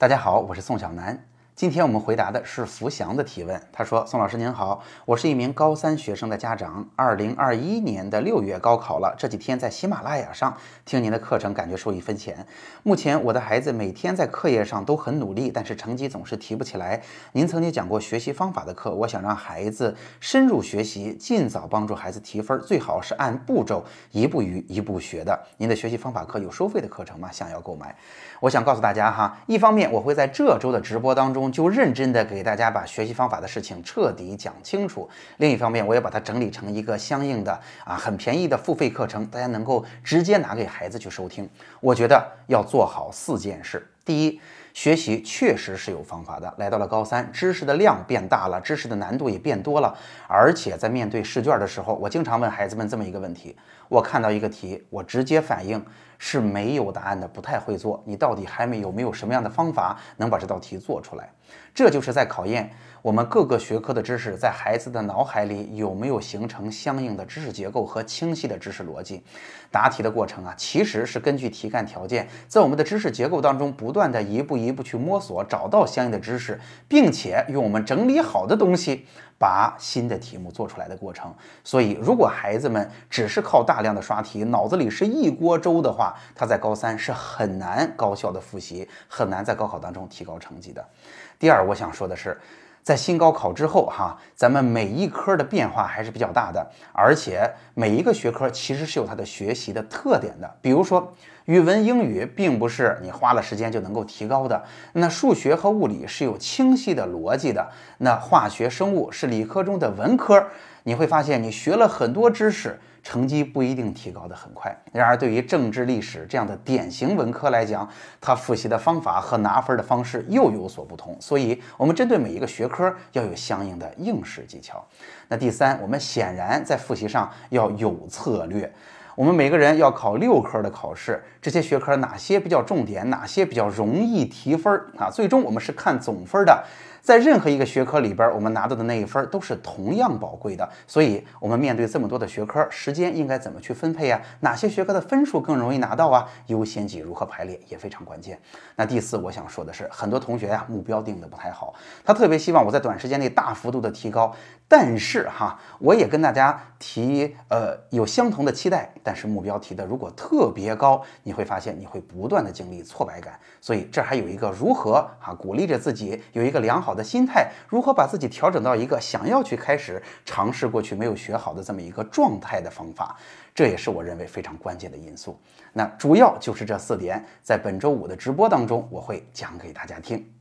大家好，我是宋小南。今天我们回答的是福祥的提问。他说：“宋老师您好，我是一名高3学生的家长，2021年的6月高考了。这几天在喜马拉雅上听您的课程，感觉受益匪浅。目前我的孩子每天在课业上都很努力，但是成绩总是提不起来。您曾经讲过学习方法的课，我想让孩子深入学习，尽早帮助孩子提分，最好是按步骤一步一步学的。您的学习方法课有收费的课程吗？想要购买。我想告诉大家哈，一方面我会在这周的直播当中就认真的给大家把学习方法的事情彻底讲清楚，另一方面我也把它整理成一个相应的很便宜的付费课程，大家能够直接拿给孩子去收听。我觉得要做好4件事。第一，学习确实是有方法的。来到了高3，知识的量变大了，知识的难度也变多了，而且在面对试卷的时候，我经常问孩子们这么一个问题：我看到一个题，我直接反应是没有答案的，不太会做，你到底有没有什么样的方法能把这道题做出来？这就是在考验我们各个学科的知识在孩子的脑海里有没有形成相应的知识结构和清晰的知识逻辑。答题的过程其实是根据题干条件，在我们的知识结构当中不断的一步一步去摸索，找到相应的知识，并且用我们整理好的东西把新的题目做出来的过程。所以如果孩子们只是靠大量的刷题，脑子里是一锅粥的话，他在高3是很难高效的复习，很难在高考当中提高成绩的。第二，我想说的是，在新高考之后咱们每一科的变化还是比较大的，而且每一个学科其实是有它的学习的特点的。比如说语文、英语并不是你花了时间就能够提高的，那数学和物理是有清晰的逻辑的，那化学、生物是理科中的文科，你会发现你学了很多知识，成绩不一定提高得很快。然而对于政治、历史这样的典型文科来讲，它复习的方法和拿分的方式又有所不同，所以我们针对每一个学科要有相应的应试技巧。那第三，我们显然在复习上要有策略。我们每个人要考6科的考试，这些学科哪些比较重点，哪些比较容易提分最终我们是看总分的。在任何一个学科里边，我们拿到的那一分都是同样宝贵的，所以我们面对这么多的学科，时间应该怎么去分配哪些学科的分数更容易拿到优先级如何排列也非常关键。那第四，我想说的是，很多同学目标定的不太好，他特别希望我在短时间内大幅度的提高，但是我也跟大家提有相同的期待，但是目标提的如果特别高，你会发现你会不断的经历挫败感。所以这还有一个如何鼓励着自己有一个良好的心态，如何把自己调整到一个想要去开始尝试过去没有学好的这么一个状态的方法，这也是我认为非常关键的因素。那主要就是这4点，在本周5的直播当中我会讲给大家听。